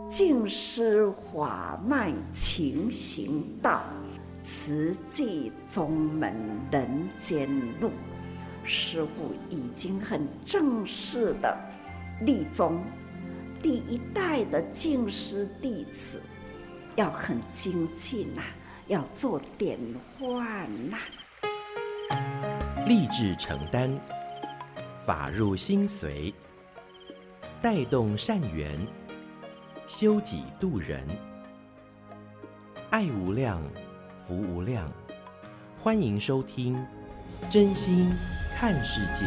尽施法脉勤行道，慈济宗门人间路。师父已经很正式的立宗，第一代的净师弟子要很精进要做典范立志承担，法入心随，带动善缘，修己度人，爱无量，福无量。欢迎收听真心看世界。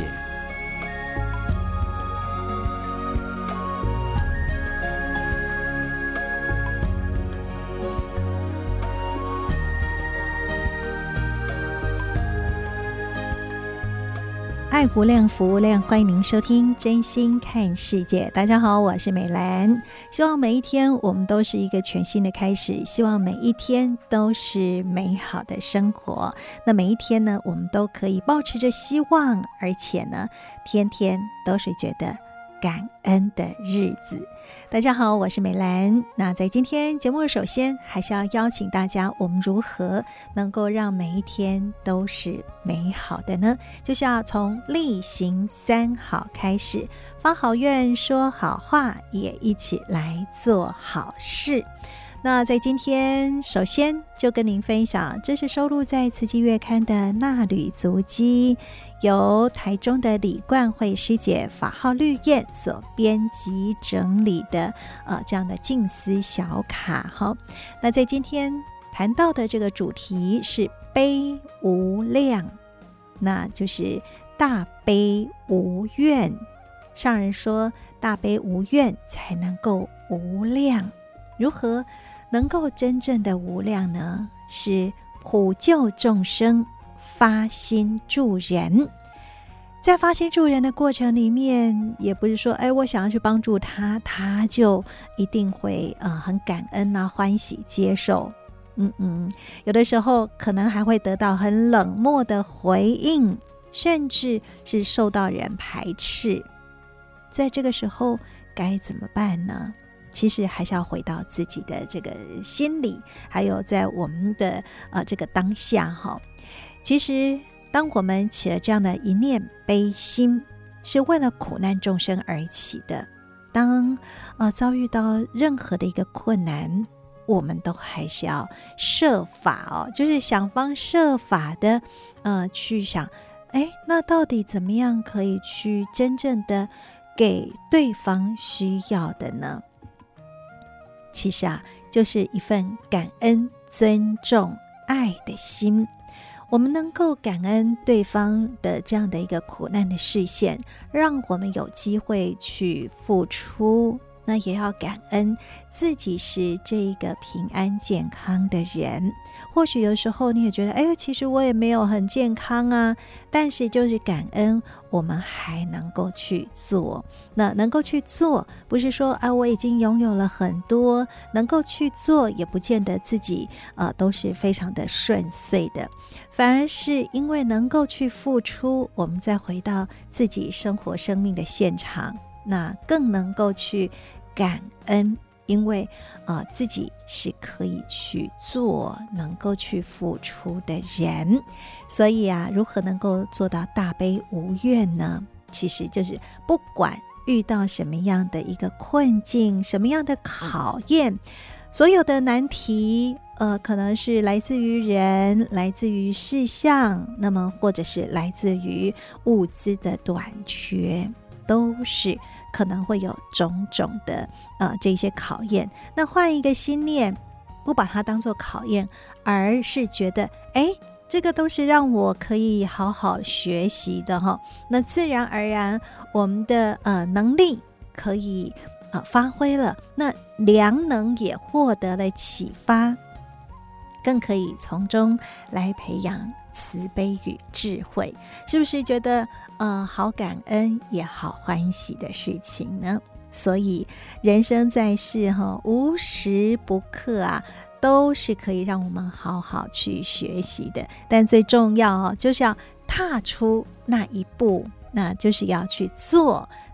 爱无量，福无量，欢迎您收听真心看世界。大家好，我是美兰。希望每一天我们都是一个全新的开始，希望每一天都是美好的生活。那每一天呢，我们都可以抱持着希望，而且呢，天天都是觉得感恩的日子。大家好，我是美兰。那在今天节目，首先还是要邀请大家，我们如何能够让每一天都是美好的呢？就是要从例行3好开始，发好愿，说好话，也一起来做好事。那在今天，首先就跟您分享，这是收录在慈济月刊的衲履足迹，由台中的李冠慧师姐法号绿燕所编辑整理的这样的静思小卡哈。那在今天谈到的这个主题是悲无量，那就是大悲无怨。上人说，大悲无怨才能够无量。如何能够真正的无量呢？是普救众生，发心助人。在发心助人的过程里面，也不是说我想要去帮助他，他就一定会很感恩欢喜接受。有的时候可能还会得到很冷漠的回应，甚至是受到人排斥。在这个时候该怎么办呢？其实还是要回到自己的这个心里，还有在我们的这个当下哈。其实当我们起了这样的一念悲心，是为了苦难众生而起的。当遭遇到任何的一个困难，我们都还是要设法就是想方设法的去想，那到底怎么样可以去真正的给对方需要的呢？其实就是一份感恩、尊重、爱的心。我们能够感恩对方的这样的一个苦难的视线，让我们有机会去付出。那也要感恩自己是这一个平安健康的人。或许有时候你也觉得其实我也没有很健康啊，但是就是感恩我们还能够去做。那能够去做，不是说我已经拥有了很多，能够去做也不见得自己都是非常的顺遂的，反而是因为能够去付出，我们再回到自己生活生命的现场，那更能够去感恩，因为自己是可以去做，能够去付出的人。所以如何能够做到大悲无怨呢？其实就是不管遇到什么样的一个困境，什么样的考验，所有的难题可能是来自于人，来自于事项，那么或者是来自于物资的短缺，都是可能会有种种的这些考验。那换一个心念，不把它当作考验，而是觉得这个都是让我可以好好学习的哈。那自然而然我们的能力可以发挥了，那良能也获得了启发，更可以从中来培养慈悲与智慧。是不是觉得好感恩也好欢喜的事情呢？所以人生在世无时不刻都是可以让我们好好去学习的。但最重要就是要踏出那一步，那就是要去做，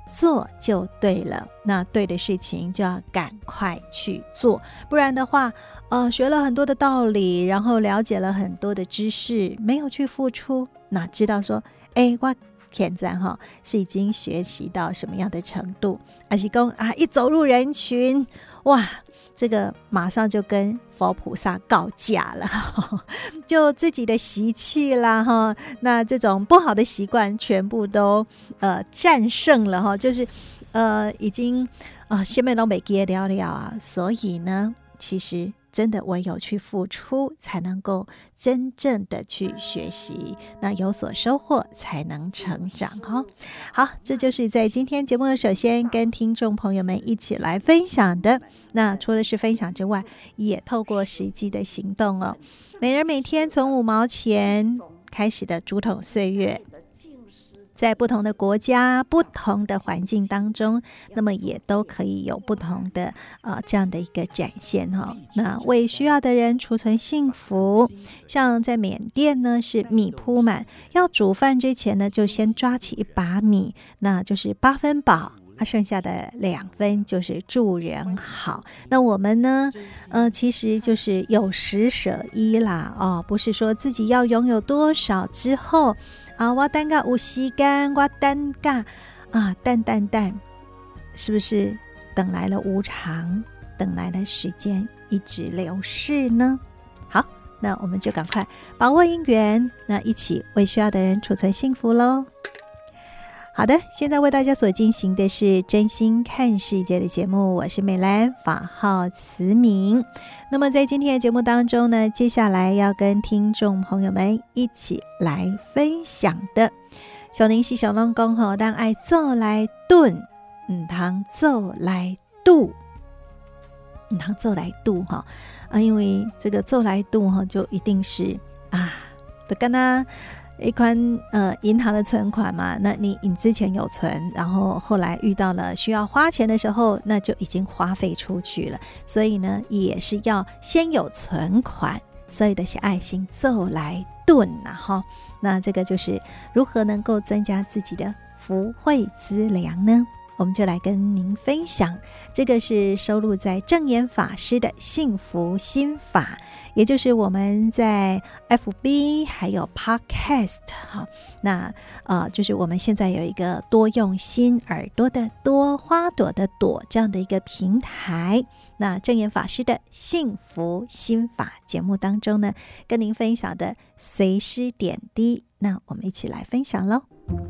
做就对了，那对的事情就要赶快去做，不然的话学了很多的道理，然后了解了很多的知识，没有去付出，哪知道说我现在是已经学习到什么样的程度，还是说一走入人群，哇，这个马上就跟佛菩萨告假了就自己的习气啦那这种不好的习惯全部都战胜了就是已经前面都没记得了所以呢其实真的唯有去付出才能够真正的去学习，那有所收获才能成长好，这就是在今天节目首先跟听众朋友们一起来分享的，那除了是分享之外，也透过实际的行动每人每天从5毛钱开始的竹筒岁月，在不同的国家不同的环境当中，那么也都可以有不同的这样的一个展现那为需要的人储存幸福，像在缅甸呢是米铺满，要煮饭之前呢就先抓起一把米，那就是8分饱剩下的2分就是助人好。那我们呢其实就是有10舍1啦不是说自己要拥有多少之后我等下有时间，我等下等是不是等来了无常，等来了时间一直流逝呢？好，那我们就赶快把握因缘，那一起为需要的人储存幸福咯。好的，现在为大家所进行的是真心看世界的节目，我是美兰，法号慈明。那么在今天的节目当中呢，接下来要跟听众朋友们一起来分享的小林是小龙讲让爱做来炖唔通做来度，唔通做来度因为这个做来度就一定是就跟他一款银行的存款嘛，那你之前有存，然后后来遇到了需要花钱的时候，那就已经花费出去了，所以呢也是要先有存款，所以的是爱心做来炖那这个就是如何能够增加自己的福慧资粮呢？我们就来跟您分享，这个是收录在正言法师的幸福心法，也就是我们在 FB 还有 Podcast 那就是我们现在有一个多用心耳朵的多花朵的朵这样的一个平台，那正言法师的幸福心法节目当中呢，跟您分享的随师点滴，那我们一起来分享咯。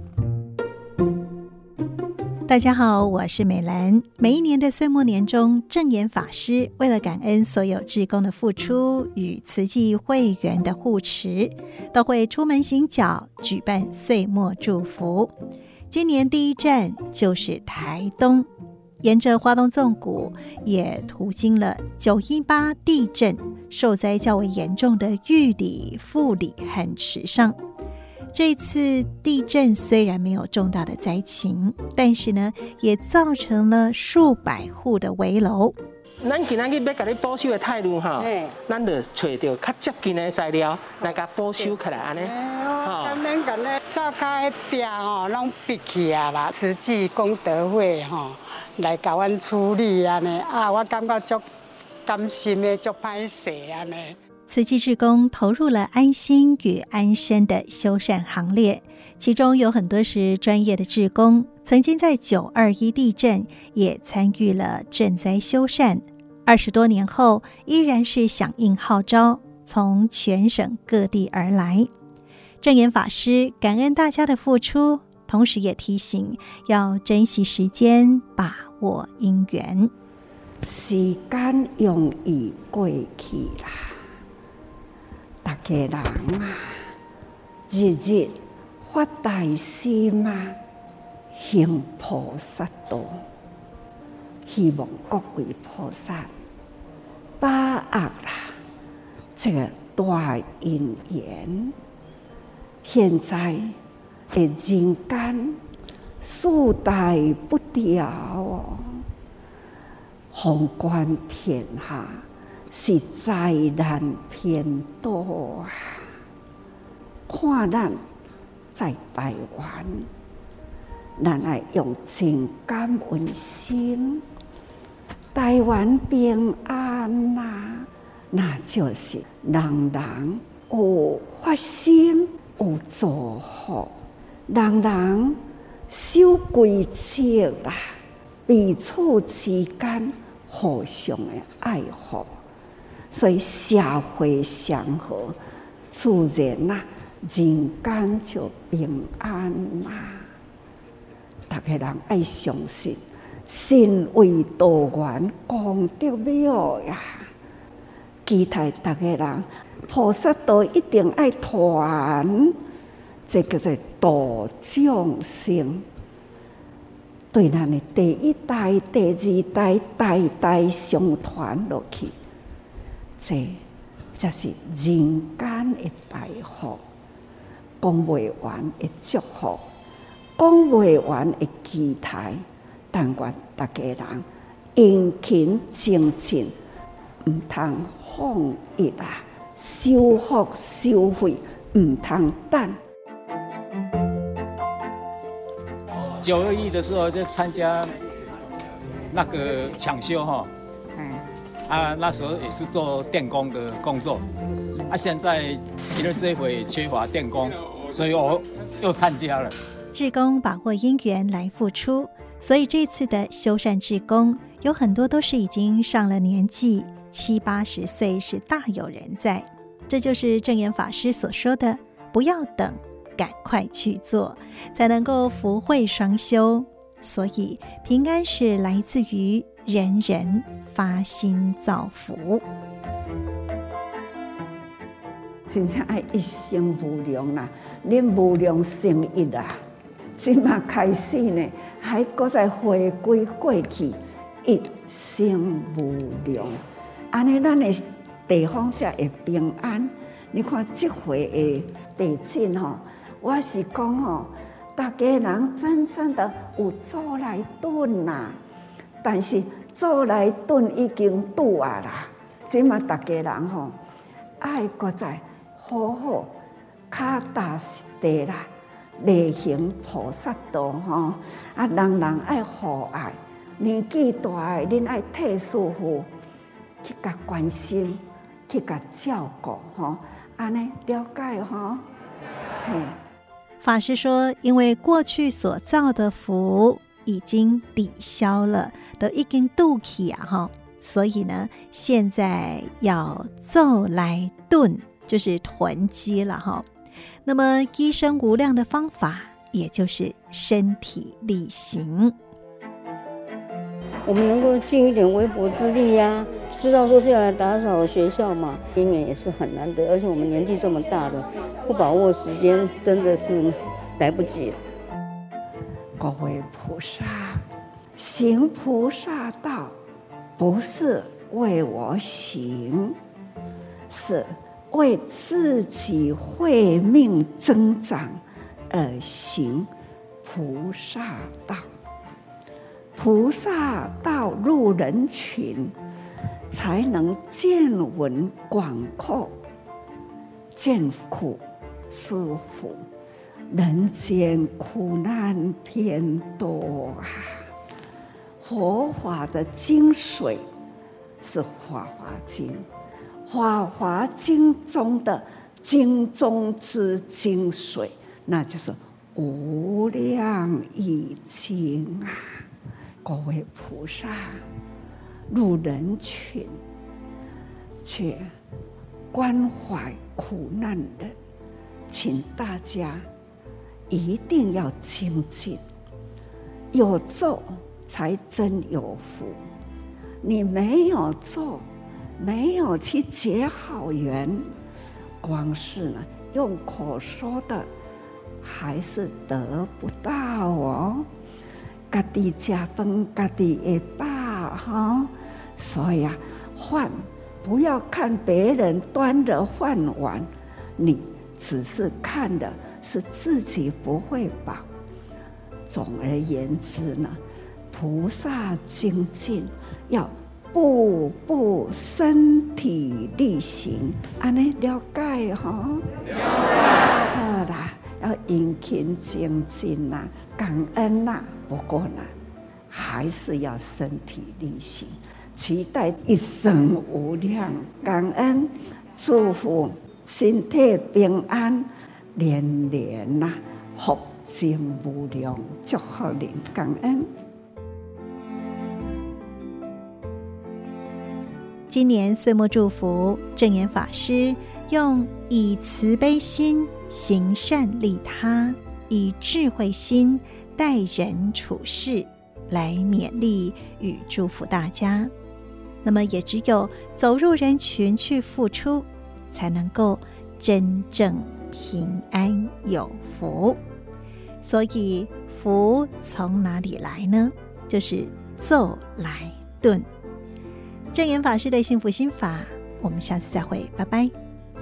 大家好，我是美兰。每一年的岁末年终，正言法师为了感恩所有志工的付出与慈济会员的护持，都会出门行脚举办岁末祝福。今年第一站就是台东，沿着花东纵谷，也途经了918地震受灾较为严重的玉里、富里和池上。这次地震虽然没有重大的灾情，但是呢，也造成了数百户的危楼。 咱今仔日要甲你保守的态度咱就找到较接近的材料来甲保守起来安尼。 咱免甲咱灶骹迄壁拢闭起啊啦，慈济功德会来甲阮处理安尼我感觉足甘心的，足歹势安尼。 慈济志工投入了安心与安身的修缮行列，其中有很多是专业的志工，曾经在921地震也参与了赈灾修缮，20多年后依然是响应号召，从全省各地而来。正言法师感恩大家的付出，同时也提醒要珍惜时间，把握因缘。 时间容易过去啦，大家人日日发大心行菩萨道，希望各位菩萨把握这个大因缘。现在的人间四大不调宏观天下是灾难偏多看咱在台湾， 咱爱用真感恩心，台湾平安啦，那就是人人有发心，有祝福，人人守规则啦，彼此之间互相的爱护，所以社会祥和，自然啦，人间就平安啦。大家人爱相信，善为道源，功德妙呀！期待大家人菩萨道一定爱传，这叫做度众生。对咱的第一代、第二代，代代相传落去，这就是人间的大福，讲不完的祝福。讲不完的期待，但愿大家人殷勤精进，唔通放逸啊！修福修慧，唔通等。 921的时候就参加那个抢修哈，那时候也是做电工的工作，现在因为这回缺乏电工，所以我又参加了。 志工把握因缘来付出，所以这次的修缮志工有很多都是已经上了年纪，70、80岁是大有人在。这就是证严法师所说的，不要等，赶快去做，才能够福慧双修。所以平安是来自于人人发心造福。 真正爱一生无量啦，恁无量生意啦。即马开始呢，还搁再回归过去，一生无量。安尼，咱的地方才会平安。你看这回的地震吼，我是讲吼，大家人真正的有做来顿啦，但是做来顿已经拄啊啦。即马大家人吼，爱搁再好好脚踏实地啦。例行菩萨道吼，人人爱互爱，年纪大的恁爱替师傅去甲关心，去甲照顾吼，安尼了解吼。嘿， 法师说，因为过去所造的福已经抵消了，都已经渡去啊哈，所以呢，现在要奏来顿，就是囤积了哈。那么积生无量的方法，也就是身体力行。 我们能够尽一点微薄之力呀，知道说是要来打扫学校嘛，因缘也是很难得，而且我们年纪这么大的，不把握时间，真的是来不及。 各位菩萨，行菩萨道，不是为我行，是为自己慧命增长而行菩萨道。菩萨道入人群，才能见闻广阔，见苦知福。人间苦难偏多啊！佛法的精髓是《法华经》。《法华经》中的经中之精髓，那就是无量义经啊！各位菩萨入人群，去关怀苦难人，请大家一定要精进，有做才真有福。你没有做，没有去结好缘，光是呢用口说的，还是得不到哦。家己吃饭，家己会饱哈。所以啊，饭不要看别人端着饭碗，你只是看的是自己不会饱。总而言之呢，菩萨精进要步步身体力行，安尼了解哈？了解。好啦， 要殷勤精进呐，感恩呐。不过呢，还是要身体力行，期待一生无量感恩，祝福身体平安，年年呐福增无量，祝福您感恩。 今年岁末祝福，正言法师用以慈悲心行善利他，以智慧心待人处事来勉励与祝福大家。那么也只有走入人群去付出，才能够真正平安有福。所以福从哪里来呢？就是奏来顿。正言法师的幸福心法，我们下次再会，拜拜。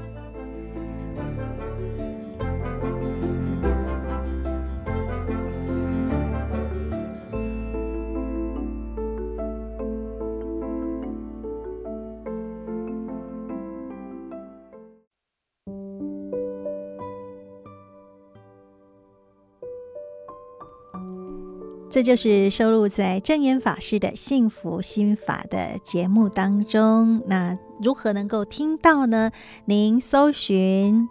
这就是收录在正言法师的幸福心法的节目当中。那如何能够听到呢？您搜寻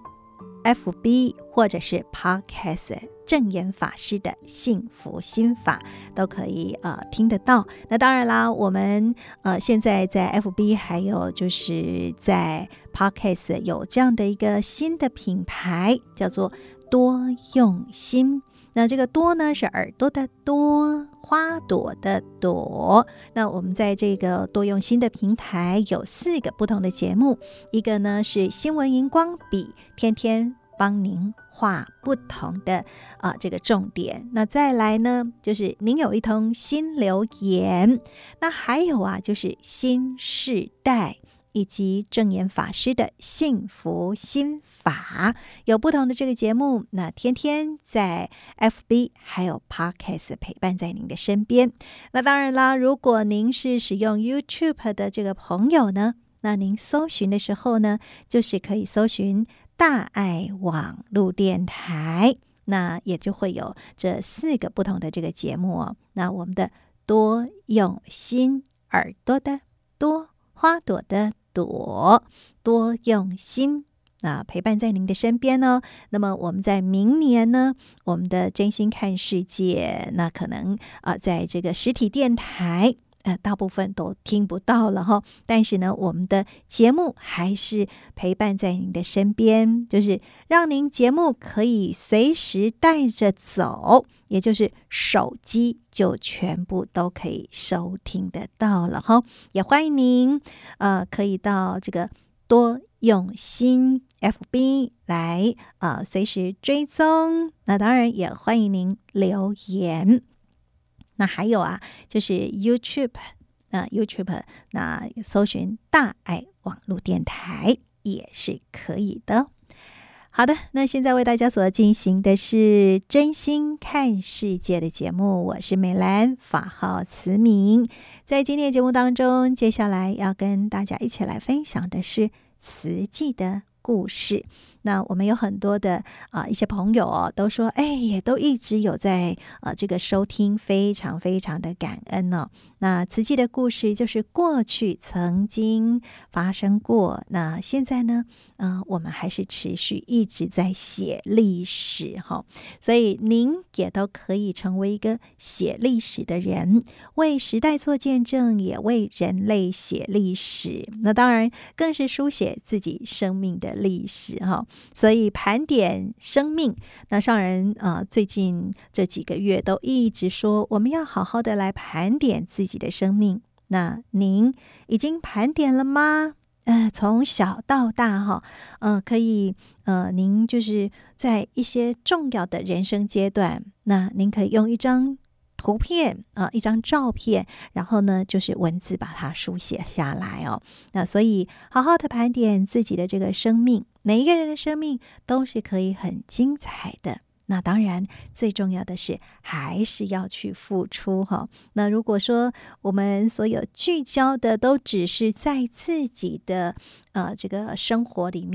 FB 或者是 Podcast 正言法师的幸福心法都可以听得到。那当然啦，我们现在在 FB 还有就是在 Podcast 有这样的一个新的品牌，叫做多用心。那这个多呢是耳朵的多，花朵的朵。那我们在这个多用心的平台有4个不同的节目，一个呢是新闻荧光笔，天天帮您画不同的这个重点。那再来呢就是您有一通新留言，那还有就是新世代以及正言法师的幸福心法，有不同的这个节目，那天天在 FB 还有 Podcast 陪伴在您的身边。那当然啦，如果您是使用 YouTube 的这个朋友呢，那您搜寻的时候呢，就是可以搜寻大爱网路电台，那也就会有这4个不同的这个节目哦。那我们的多用心，耳朵的多，花朵的朵，多用心陪伴在您的身边哦。那么我们在明年呢，我们的真心看世界，那可能在这个实体电台大部分都听不到了哈，但是呢，我们的节目还是陪伴在您的身边，就是让您节目可以随时带着走，也就是手机就全部都可以收听得到了哈。也欢迎您可以到这个多用心 FB 来随时追踪，那当然也欢迎您留言。那还有就是 YouTube 那搜寻大爱网络电台也是可以的。好的，那现在为大家所进行的是真心看世界的节目，我是美兰，法号慈明。在今天的节目当中，接下来要跟大家一起来分享的是慈济的故事。那我们有很多的一些朋友都说也都一直有在这个收听，非常非常的感恩哦。那慈济的故事就是过去曾经发生过，那现在呢我们还是持续一直在写历史所以您也都可以成为一个写历史的人，为时代做见证，也为人类写历史，那当然更是书写自己生命的历史所以盘点生命，那上人最近这几个月都一直说我们要好好的来盘点自己的生命。那您已经盘点了吗？从小到大可以您就是在一些重要的人生阶段，那您可以用一张图片一张照片，然后呢就是文字把它书写下来那所以好好的盘点自己的这个生命，每一个人的生命都是可以很精彩的。那当然最重要的是还是要去付出那如果说我们所有聚焦的都只是在自己的这个生活里面，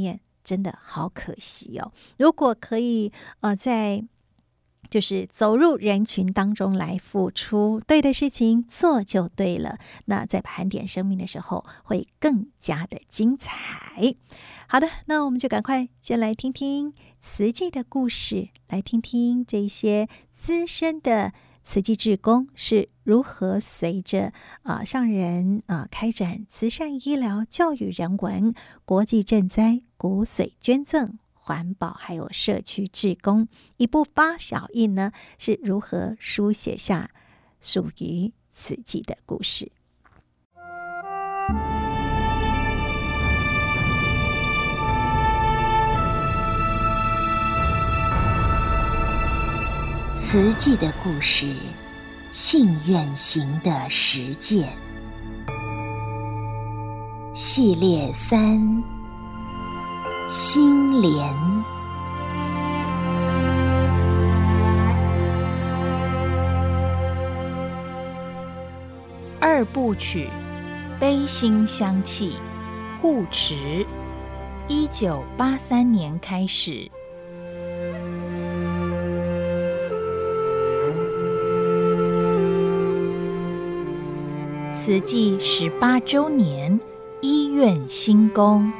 真的好可惜哦。如果可以在就是走入人群当中来付出对的事情，做就对了，那在盘点生命的时候会更加的精彩。好的，那我们就赶快先来听听慈济的故事，来听听这些资深的慈济志工是如何随着上人开展慈善医疗、教育人文、国际赈灾、骨髓捐赠、环保还有社区志工一部发小印呢，是如何书写下属于慈济的故事。 慈济的故事，信愿行的实践系列3，心莲。 2部曲，悲心相契，护持。1983年开始。慈济18周年，医院新宫。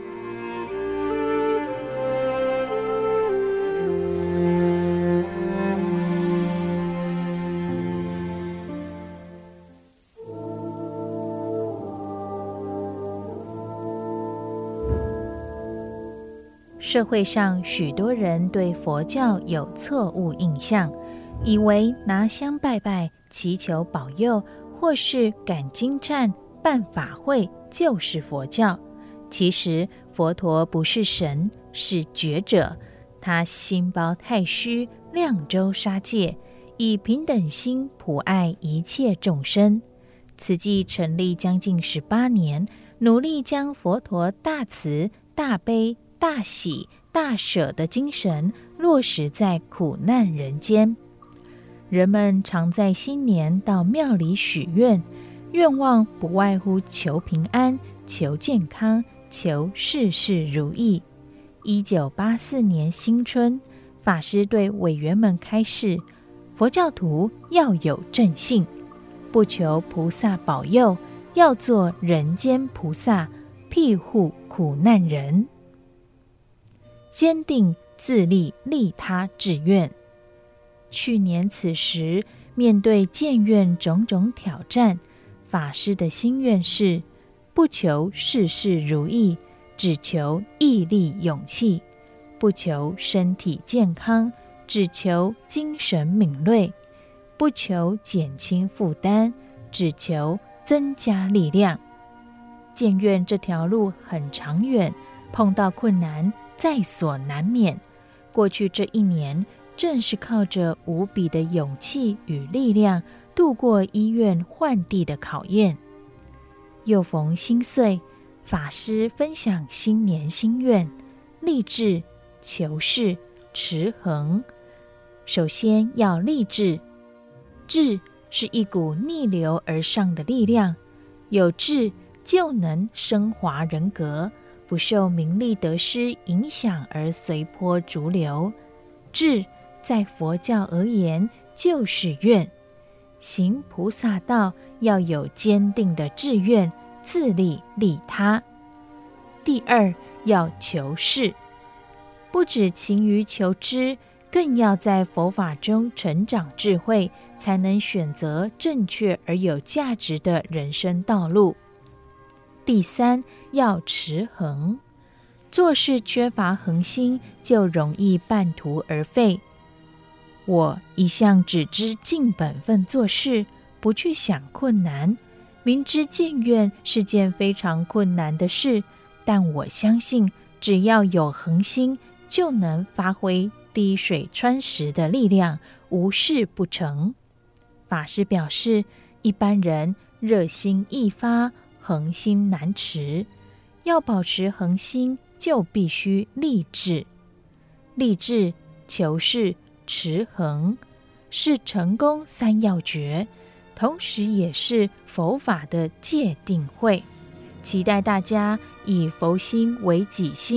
社会上许多人对佛教有错误印象，以为拿香拜拜、祈求保佑，或是赶经忏、办法会就是佛教。其实佛陀不是神，是觉者，他心包太虚，量周杀戒，以平等心普爱一切众生。慈济成立将近18年，努力将佛陀大慈、大悲、大喜、大舍的精神落实在苦难人间。人们常在新年到庙里许愿，愿望不外乎求平安、求健康、求事事如意。1984年新春，法师对委员们开示，佛教徒要有正信，不求菩萨保佑，要做人间菩萨，庇护苦难人，坚定自利利他志愿。去年此时，面对建院种种挑战，法师的心愿是不求事事如意，只求毅力勇气；不求身体健康，只求精神敏锐；不求减轻负担，只求增加力量。建院这条路很长远，碰到困难在所难免。过去这1年，正是靠着无比的勇气与力量，度过医院换地的考验。又逢新岁，法师分享新年心愿：立志、求是、持恒。首先要立志，志是一股逆流而上的力量，有志就能升华人格，不受名利得失影响而随波逐流。志在佛教而言就是愿，行菩萨道要有坚定的志愿，自利利他。第2，要求是，不只勤于求知，更要在佛法中成长智慧，才能选择正确而有价值的人生道路。第3，要持恒，做事缺乏恒心，就容易半途而废。我一向只知尽本分做事，不去想困难。明知建院是件非常困难的事，但我相信只要有恒心，就能发挥滴水穿石的力量，无事不成。法师表示，一般人热心易发，恒心难持。要保持恒心，就必须立志。立志、求是、持恒是成功3要诀，同时也是佛法的戒定慧。期待大家以佛心为己心，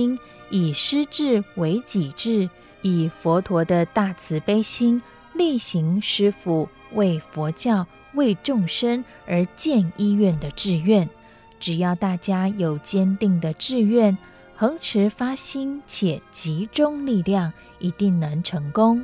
以师志为己志，以佛陀的大慈悲心力行师父为佛教、为众生而建医院的志愿。只要大家有坚定的志愿，恒持发心且集中力量，一定能成功。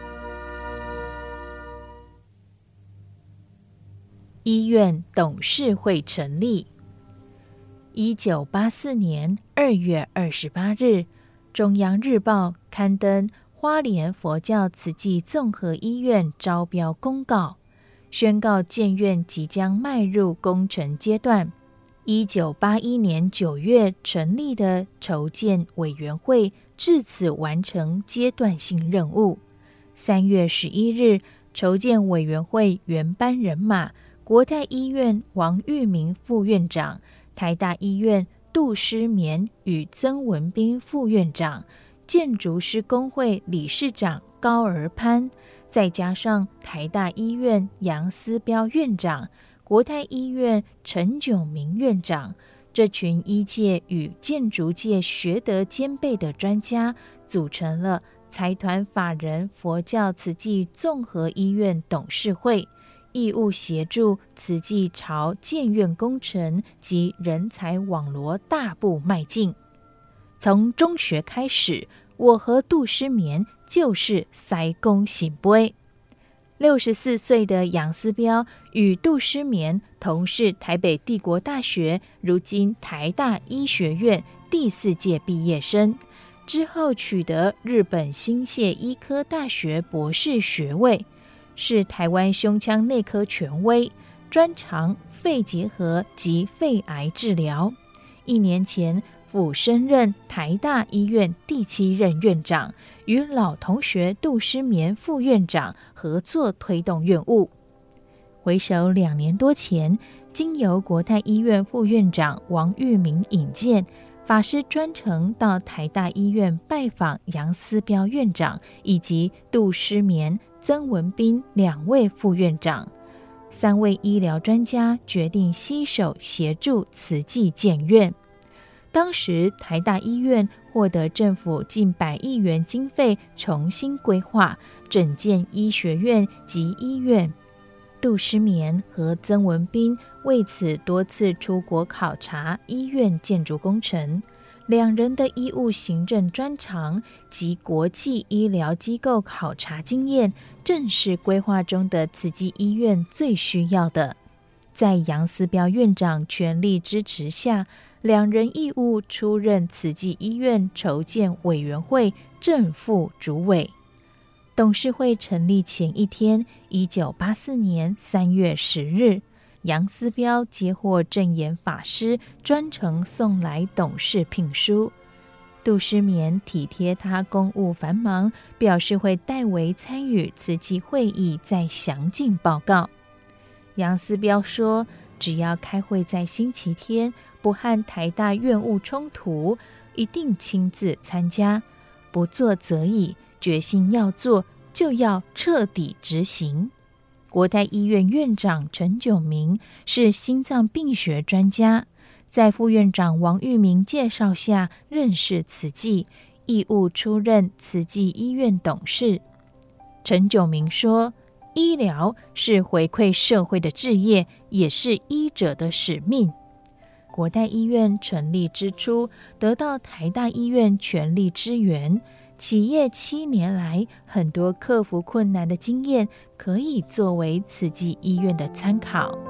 医院董事会成立。1984年2月28日，中央日报刊登花莲佛教慈济综合医院招标公告，宣告建院即将迈入工程阶段。1981年9月成立的筹建委员会至此完成阶段性任务。3月11日，筹建委员会原班人马，国泰医院王玉明副院长，台大医院杜诗绵与曾文彬副院长，建筑师工会理事长高儿潘，再加上台大医院杨思标院长、国泰医院陈炯明院长，这群医界与建筑界学得兼备的专家，组成了财团法人佛教慈济综合医院董事会，义务协助慈济朝建院工程及人才网罗大步迈进。从中学开始，我和杜诗绵就是塞公行杯。64岁的杨思标与杜诗绵同是台北帝国大学，如今台大医学院第4届毕业生，之后取得日本新泻医科大学博士学位，是台湾胸腔内科权威，专长肺结核及肺癌治疗。1年前甫升任台大医院第7任院长，与老同学杜诗绵副院长合作推动院务。回首2年多前，经由国泰医院副院长王玉明引荐，法师专程到台大医院拜访杨思标院长以及杜诗绵、曾文彬2位副院长，3位医疗专家决定携手协助慈济建院。当时台大医院获得政府近100亿元经费，重新规划整建医学院及医院。杜诗绵和曾文彬为此多次出国考察医院建筑工程，2人的医务行政专长及国际医疗机构考察经验，正是规划中的慈济医院最需要的。在杨思标院长全力支持下，2人义务出任慈济医院筹建委员会正副主委。董事会成立前一天，1984年3月10日，杨思标接获证严法师专程送来董事聘书。杜诗绵体贴他公务繁忙，表示会代为参与慈济会议，再详尽报告。杨思标说，只要开会在星期天，不和台大院务冲突，一定亲自参加，不做则已，决心要做就要彻底执行。国泰医院院长陈炯明是心脏病学专家，在副院长王玉明介绍下认识慈济，义务出任慈济医院董事。陈炯明说，医疗是回馈社会的志业，也是医者的使命。国泰医院成立之初，得到台大医院全力支援，企业7年来很多克服困难的经验，可以作为慈济医院的参考。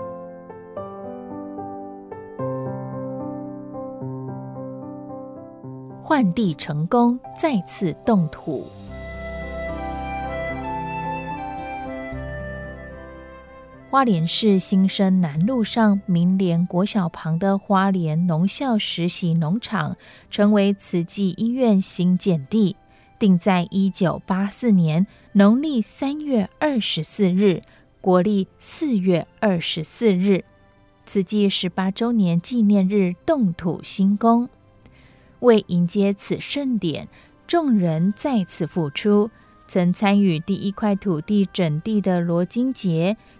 换地成功，再次动土。花莲市新生南路上明联国小旁的花莲农校实习农场，成为慈济医院新建地，定在1984年农历3月24日，国历4月24日，慈济18周年纪念日动土兴工。为迎接此盛典，众人再次付出。曾参与第1块土地整地的罗金杰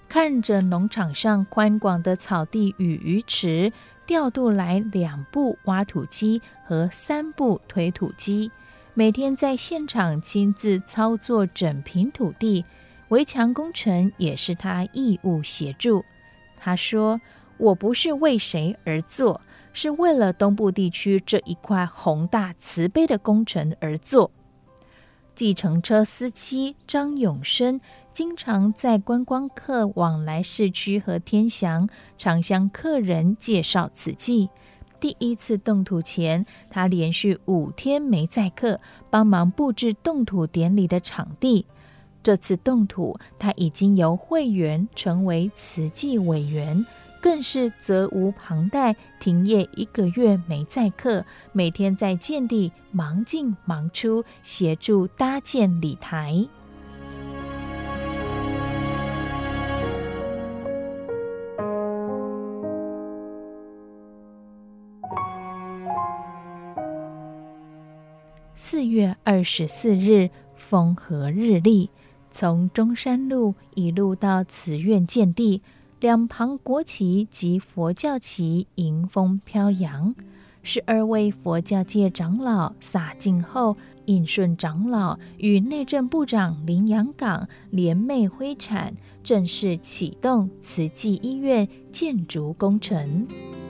看着农场上宽广的草地与鱼池，调度来2部挖土机和3部推土机，每天在现场亲自操作整平土地，围墙工程也是他义务协助。他说，我不是为谁而做，是为了东部地区这一块宏大慈悲的工程而做。计程车司机张永生经常在观光客往来市区和天祥，常向客人介绍此计。第1次动土前，他连续5天没载客，帮忙布置动土典礼的场地。这次动土，他已经由会员成为慈济委员，更是责无旁贷，停业1个月没载客，每天在建地忙进忙出，协助搭建礼台。4月24日，风和日丽，从中山路一路到慈院建地，两旁国旗及佛教旗迎风飘扬。12位佛教界长老洒净后，应顺长老与内政部长林洋港联袂挥铲，正式启动慈济医院建筑工程。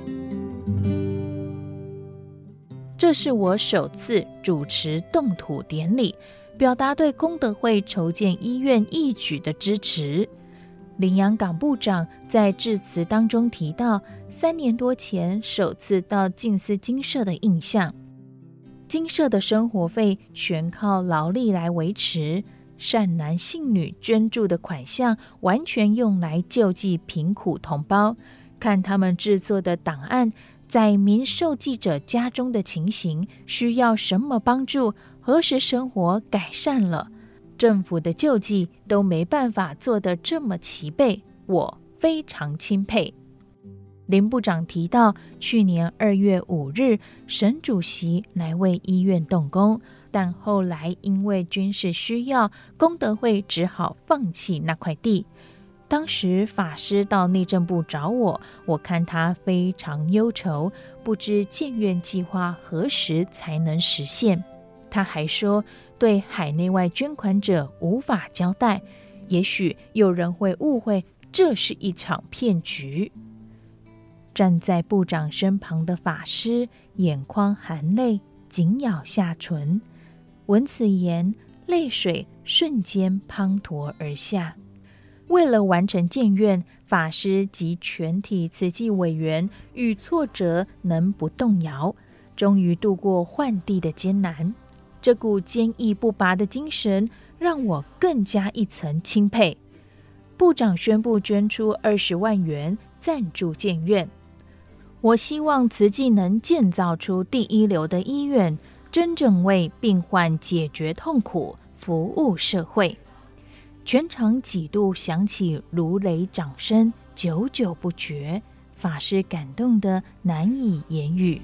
这是我首次主持动土典礼，表达对功德会筹建医院义举的支持。林洋港部长在致辞当中提到，3年多前首次到静思精舍的印象。精舍的生活费全靠劳力来维持，善男信女捐助的款项完全用来救济贫苦同胞。看他们制作的档案，载明受济者家中的情形，需要什么帮助，何时生活改善了，政府的救济都没办法做得这么齐备，我非常钦佩。林部长提到，去年2月5日，省主席来为医院动工，但后来因为军事需要，功德会只好放弃那块地。当时法师到内政部找我，我看他非常忧愁，不知建院计划何时才能实现。他还说，对海内外捐款者无法交代，也许有人会误会这是一场骗局。站在部长身旁的法师眼眶含泪，紧咬下唇，闻此言，泪水瞬间滂沱而下。为了完成建院，法师及全体慈济委员遇挫折能不动摇，终于度过换地的艰难。这股坚毅不拔的精神让我更加一层钦佩。部长宣布捐出20万元赞助建院。我希望慈济能建造出第一流的医院，真正为病患解决痛苦，服务社会。全场几度响起如雷掌声，久久不绝，法师感动得难以言语。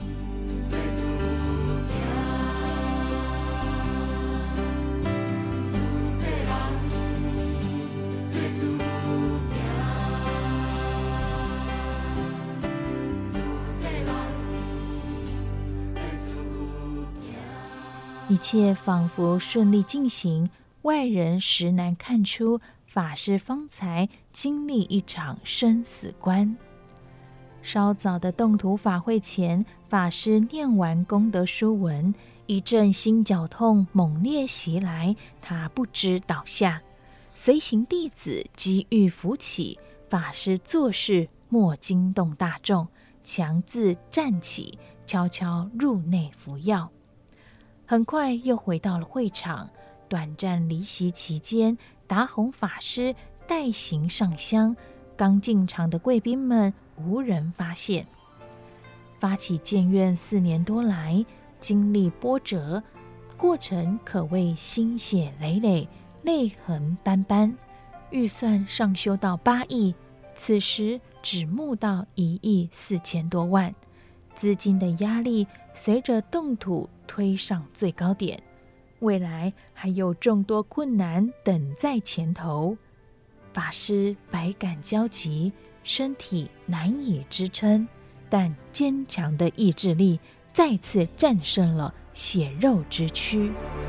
一切仿佛顺利进行，外人实难看出法师方才经历一场生死关。稍早的动土法会前，法师念完功德书文，一阵心绞痛猛烈袭来，他不知倒下。随行弟子机遇扶起，法师做事莫惊动大众，强自站起，悄悄入内服药。很快又回到了会场，短暂离席期间，达宏法师代行上香，刚进场的贵宾们无人发现。发起建院4年多来，经历波折，过程可谓心血累累，泪痕斑斑。预算上修到8亿，此时只募到1亿4千多万，资金的压力随着动土推上最高点，未来还有众多困难等在前头。 法师百感交集，身体难以支撑，但坚强的意志力再次战胜了血肉之躯。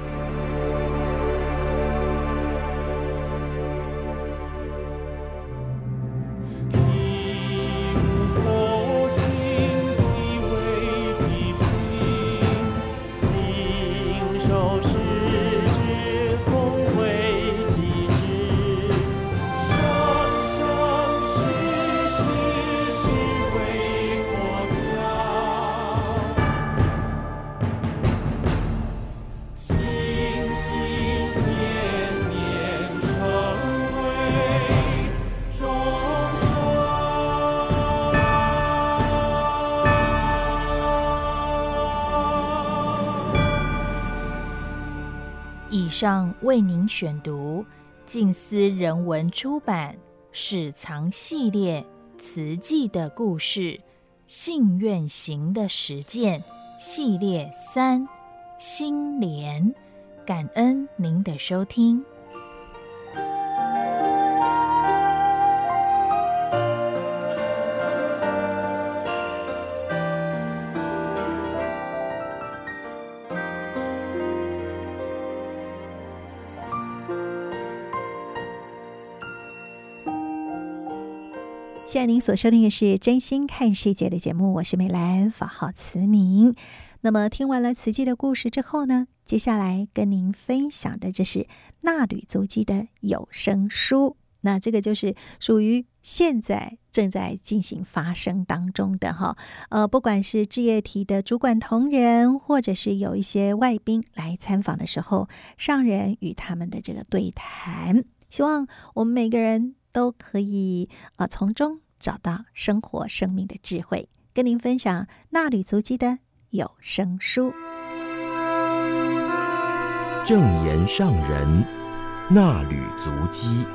以上为您选读静思人文出版史藏系列慈济的故事信愿行的实践系列3心莲，感恩您的收听。 现在您所收听的是真心看世界的节目，我是美兰，法号慈明。那么听完了慈济的故事之后呢，接下来跟您分享的这是衲履足迹的有声书。那这个就是属于现在正在进行发生当中的哈，不管是志业体的主管同仁，或者是有一些外宾来参访的时候，上人与他们的这个对谈，希望我们每个人都可以从中找到生活生命的智慧，跟您分享衲履足迹的有声书。 正言上人衲履足迹。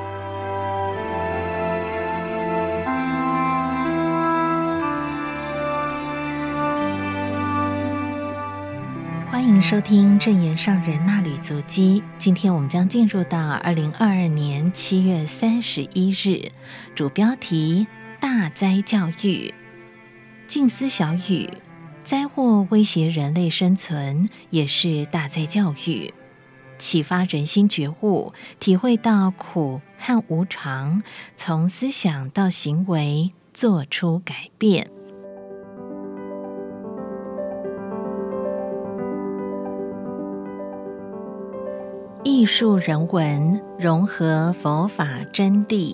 欢迎收听正言上人衲履足迹。今天我们将进入到2022年7月31日，主标题大灾教育。静思小语，灾祸威胁人类生存，也是大灾教育，启发人心觉悟，体会到苦和无常，从思想到行为做出改变。艺术人文融合佛法真谛。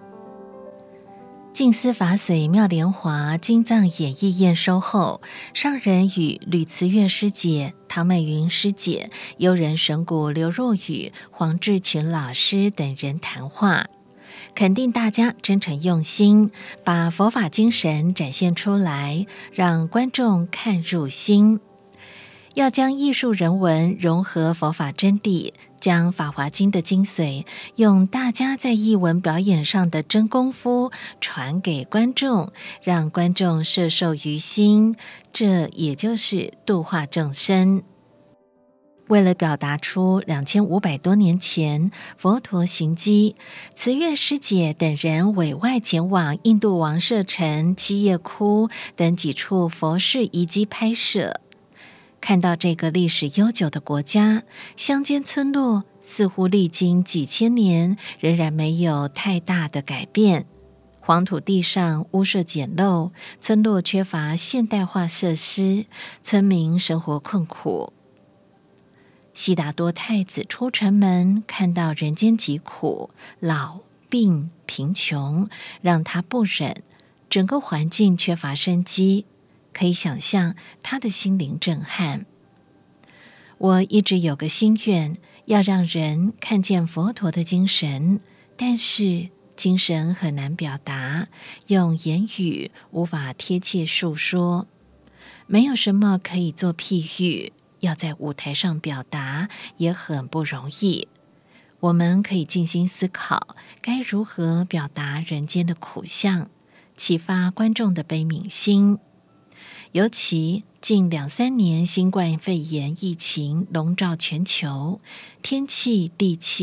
静思法髓妙莲华经藏演义验收后，上人与吕慈月师姐、唐美云师姐、悠人神谷刘若雨、黄志群老师等人谈话，肯定大家真诚用心，把佛法精神展现出来，让观众看入心。要将艺术人文融合佛法真谛，将《法华经》的精髓用大家在艺文表演上的真功夫传给观众，让观众摄受于心，这也就是度化众生。为了表达出2500多年前佛陀行迹，慈月师姐等人委外前往印度王舍城、七叶窟等几处佛事遗迹拍摄。看到这个历史悠久的国家，乡间村落似乎历经几千年，仍然没有太大的改变。黄土地上屋舍简陋，村落缺乏现代化设施，村民生活困苦。悉达多太子出城门，看到人间疾苦，老病贫穷，让他不忍，整个环境缺乏生机。可以想象他的心灵震撼。我一直有个心愿，要让人看见佛陀的精神，但是精神很难表达，用言语无法贴切述说，没有什么可以做譬喻，要在舞台上表达也很不容易。我们可以静心思考，该如何表达人间的苦相，启发观众的悲悯心。尤其近2-3年新冠肺炎疫情笼罩全球，天气、地气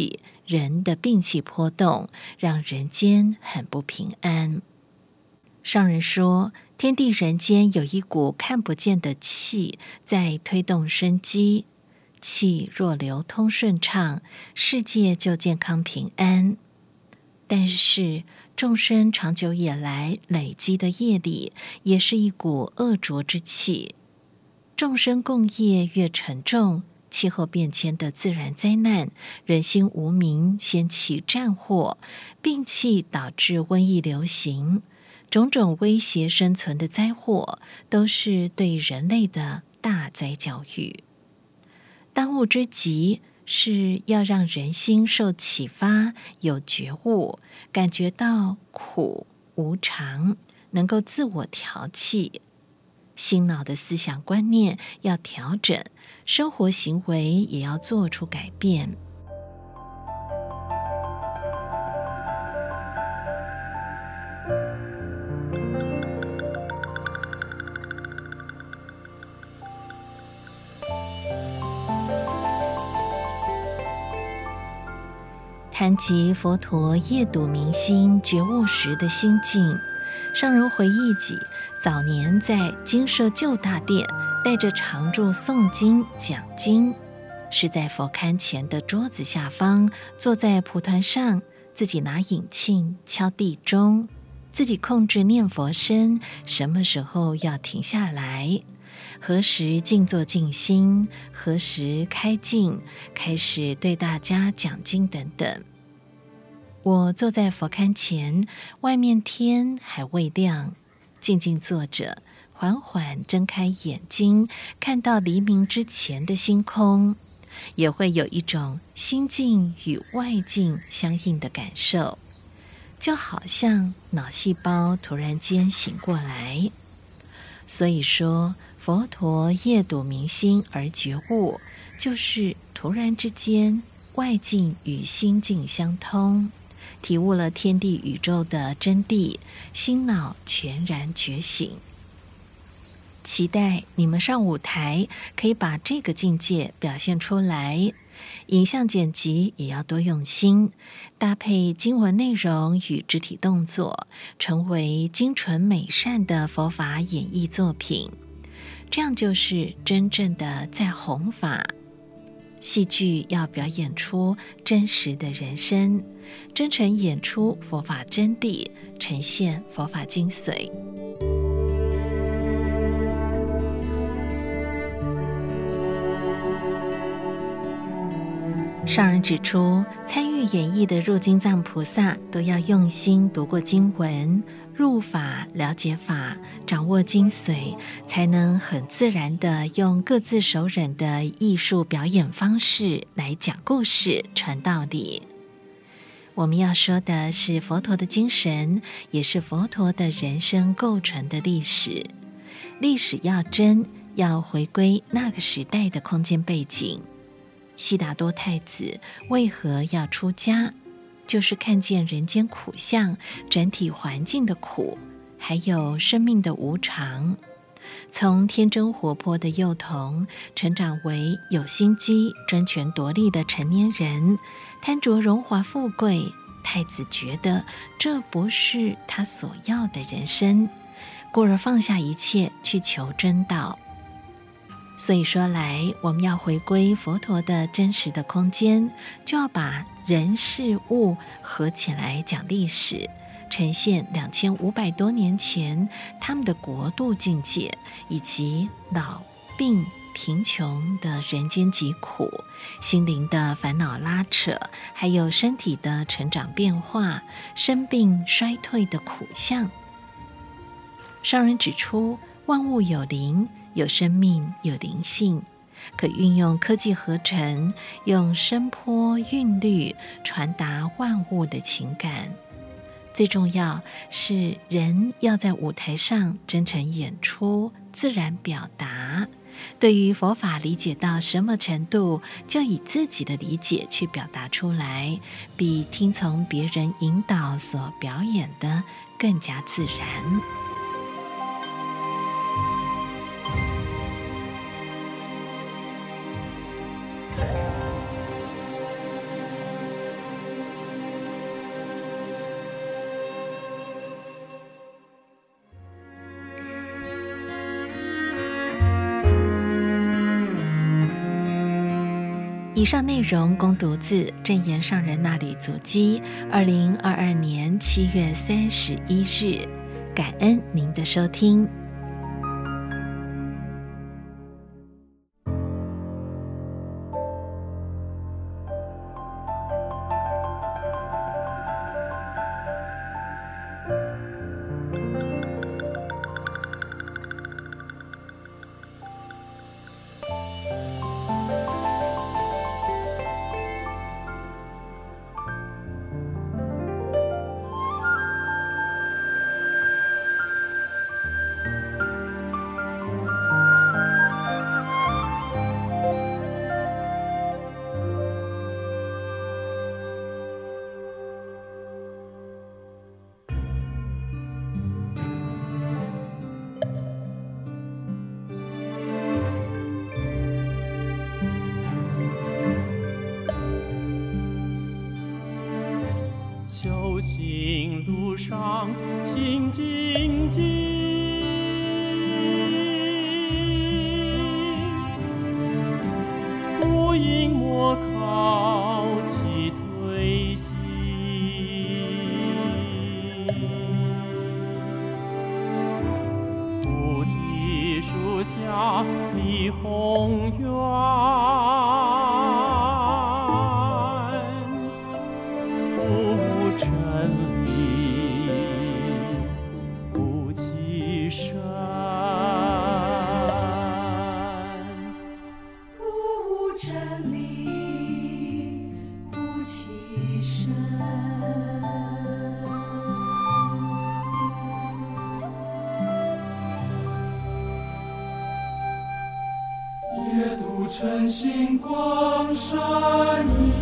人的病气波动，让人间很不平安。上人说，天地人间有一股看不见的气在推动生机，气若流通顺畅，世界就健康平安。但是众生长久以来累积的业力，也是一股恶浊之气。众生共业越沉重，气候变迁的自然灾难，人心无明，掀起战祸，病气导致瘟疫流行，种种威胁生存的灾祸，都是对人类的大灾教育。当务之急是要让人心受启发，有觉悟，感觉到苦无常，能够自我调气。心脑的思想观念要调整，生活行为也要做出改变。谈及佛陀夜睹明星觉悟时的心境，上人回忆起早年在精舍旧大殿带着常住诵经讲经，是在佛龛前的桌子下方，坐在蒲团上，自己拿引磬敲地钟，自己控制念佛声，什么时候要停下来，何时静坐静心，何时开镜，开始对大家讲经等等。我坐在佛龛前，外面天还未亮，静静坐着，缓缓睁开眼睛，看到黎明之前的星空，也会有一种心境与外境相应的感受，就好像脑细胞突然间醒过来。所以说，佛陀夜睹明星而觉悟，就是突然之间外境与心境相通，体悟了天地宇宙的真谛，心脑全然觉醒。期待你们上舞台可以把这个境界表现出来，影像剪辑也要多用心，搭配经文内容与肢体动作，成为精纯美善的佛法演绎作品，这样就是真正的在弘法。戏剧要表演出真实的人生，真诚演出佛法真谛，呈现佛法精髓。上人指出，参与演绎的入经藏菩萨都要用心读过经文，入法了解法，掌握精髓，才能很自然地用各自熟稔的艺术表演方式来讲故事、传道理。我们要说的是佛陀的精神，也是佛陀的人生构成的历史。历史要真，要回归那个时代的空间背景。悉达多太子为何要出家？就是看见人间苦相，整体环境的苦，还有生命的无常。从天真活泼的幼童，成长为有心机、争权夺利的成年人，贪着荣华富贵。太子觉得这不是他所要的人生，故而放下一切去求真道。所以说来，我们要回归佛陀的真实的空间，就要把人事物合起来讲历史，呈现2500多年前他们的国度境界，以及老病贫穷的人间疾苦，心灵的烦恼拉扯，还有身体的成长变化，生病衰退的苦相。上人指出，万物有灵，有生命，有灵性，可运用科技合成，用声波韵律传达万物的情感。最重要是人要在舞台上真诚演出，自然表达。对于佛法理解到什么程度，就以自己的理解去表达出来，比听从别人引导所表演的更加自然。 以上内容供读自证严上人那履足迹，2022年7月31日。感恩您的收听。 行路上请谨记，不因莫考其退行。菩提树下立宏愿，真理不欺身， 不真理不欺身。夜渡晨星光闪熠，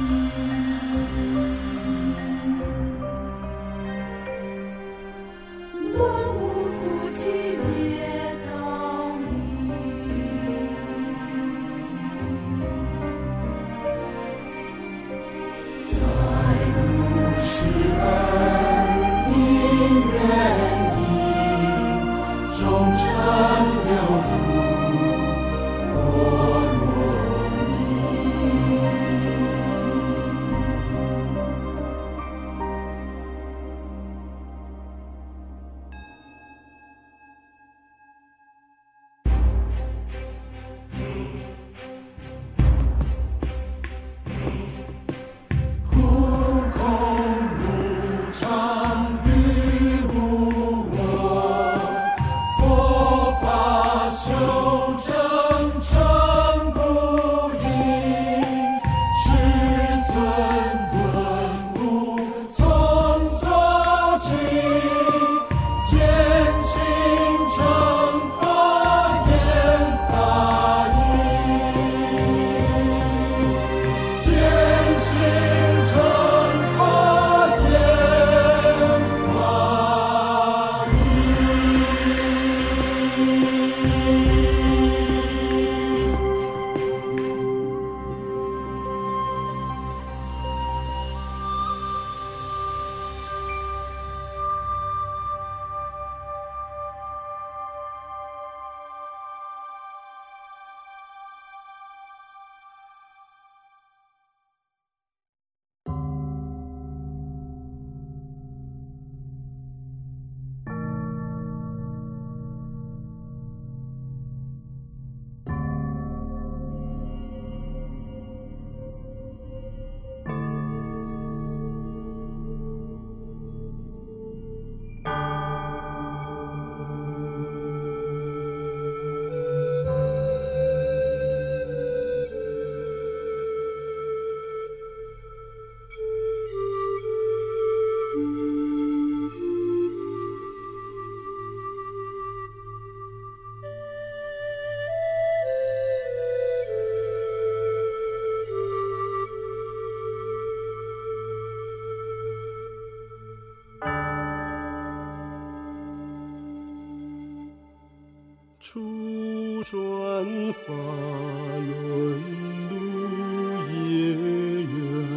初转法轮路也远，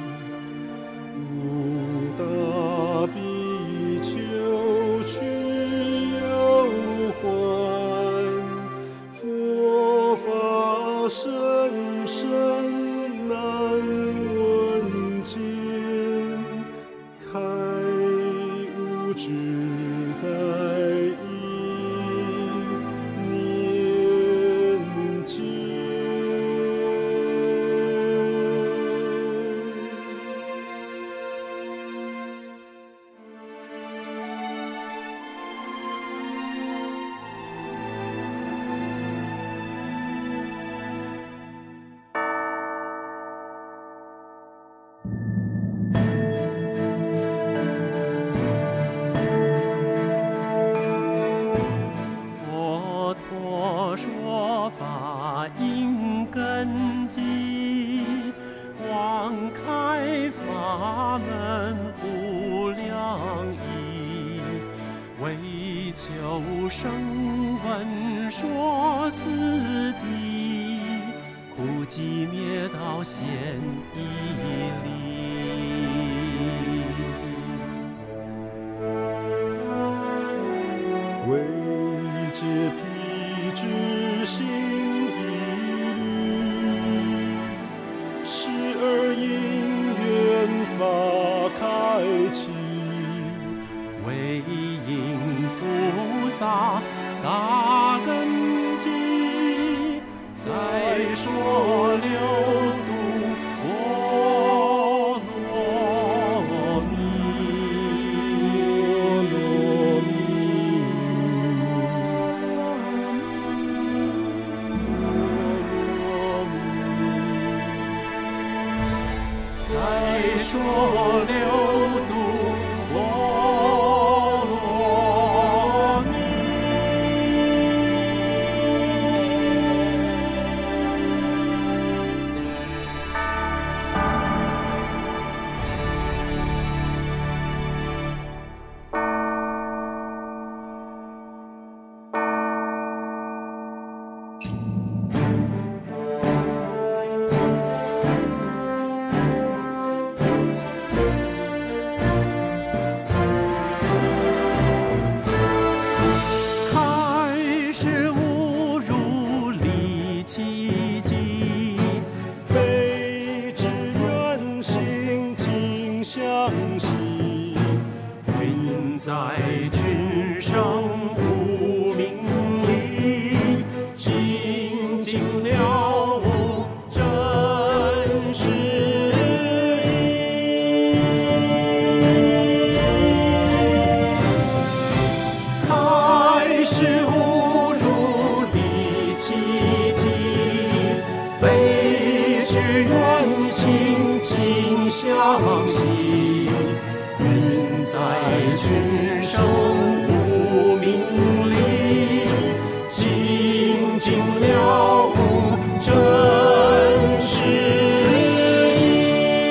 无大比丘去有还，佛法深深求声闻说四谛，苦集灭道显义理。 为解辟之心一虑，时而因缘法开启， 为应菩萨大根基，再说六度波罗蜜。再说六度波罗蜜。开始误入离奇迹， 悲之愿行尽相惜， 原因在群生无明理，清净了悟真实义。开始误入离奇迹，悲之愿行尽相惜，云在群生无明理，清净了悟真实义。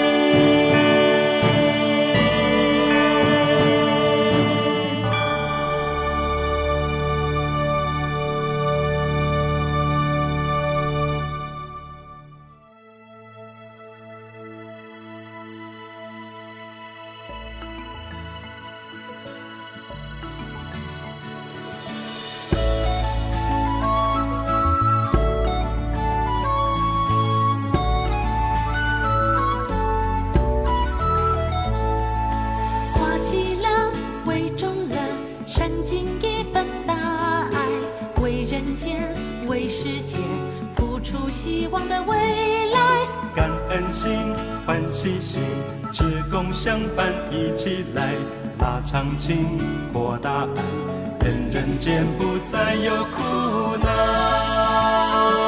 化极乐为众乐，善尽一份大爱，为人间为世界谱出希望的未来。 感恩心欢喜心，志共相伴一起来，拉长情扩大爱，愿人间不再有苦难。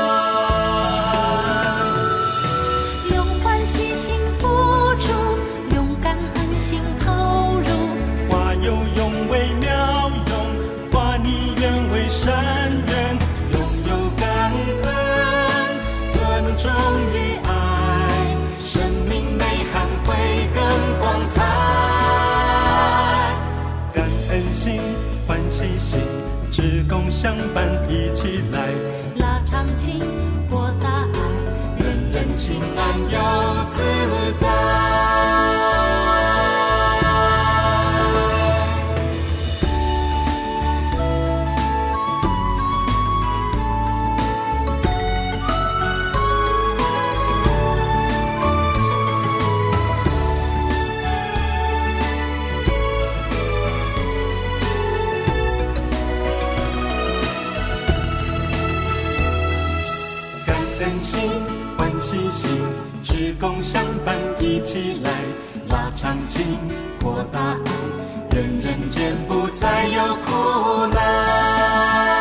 用欢喜心付出，用感恩心投入， 化有用为妙用，化你愿为善愿，拥有感恩，尊重与爱，生命内涵会更光彩。感恩心欢喜心，志共相伴一起来， 拉长情扩大爱，人人心安又自在。感恩心欢喜心，志共相伴一起来，拉长情扩大爱，愿人间不再有苦难。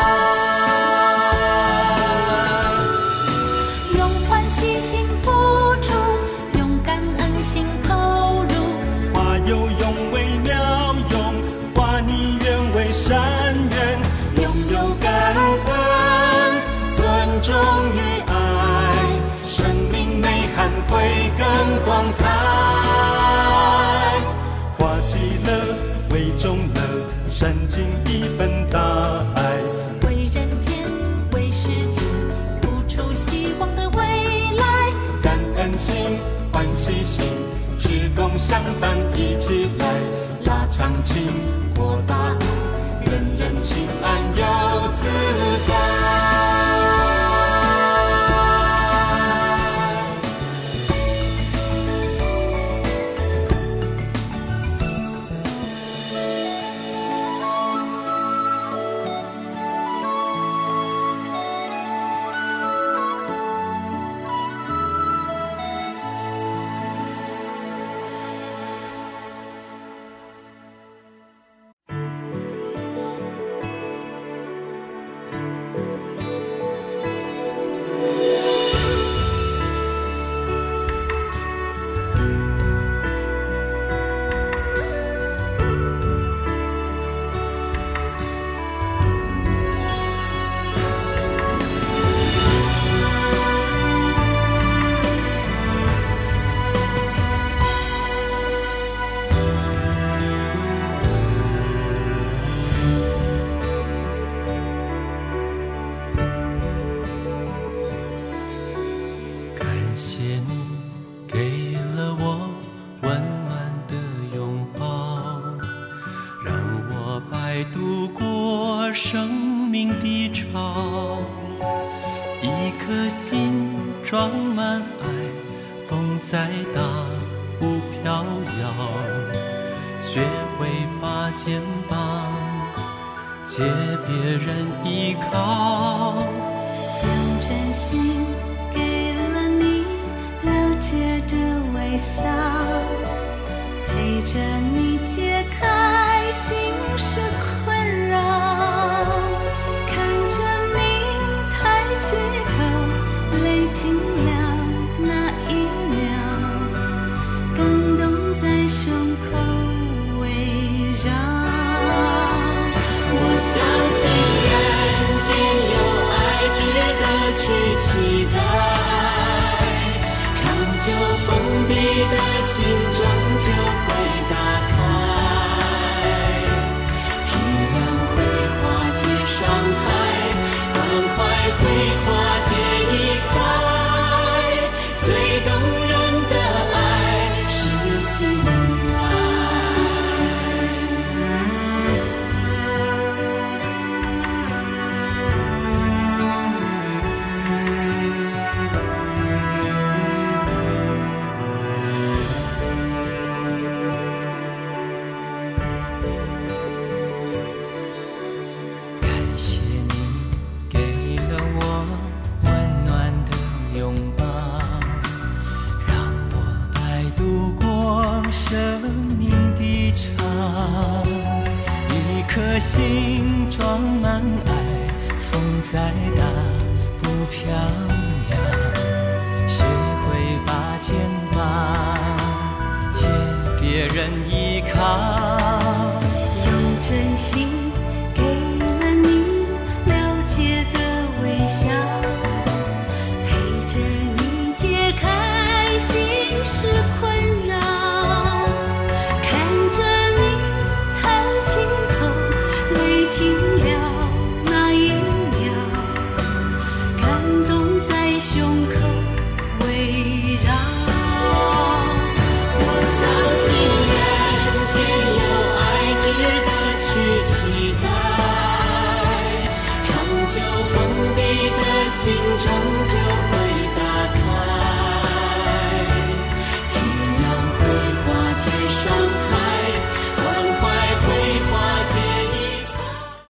用欢喜心付出，用感恩心投入， 化有用为妙用，化你愿为善愿，拥有感恩，尊重与爱，生命内涵会更光彩。化极乐为众乐，善尽尽一份大爱， 为人间，为世界，付出希望的未来。 感恩心，欢喜心，志同相伴一起来，拉长情，扩大爱，人人心安又自在。 再大不飘摇，学会把肩膀借别人依靠。 用真心给了你了解的微笑，陪着你解开心事困扰，看着你抬起头，泪停了那一秒，感动在胸口围绕。 我相信人间有爱值得去期待，长久封闭的心终究会打开，体谅会化解伤害，关怀会化解疑猜，最动人的爱是心爱。感谢你给了我温暖的拥抱，让我爱度过生命的长。一颗心装满爱，风再大不飘扬，学会把肩膀借别人依靠。 用真心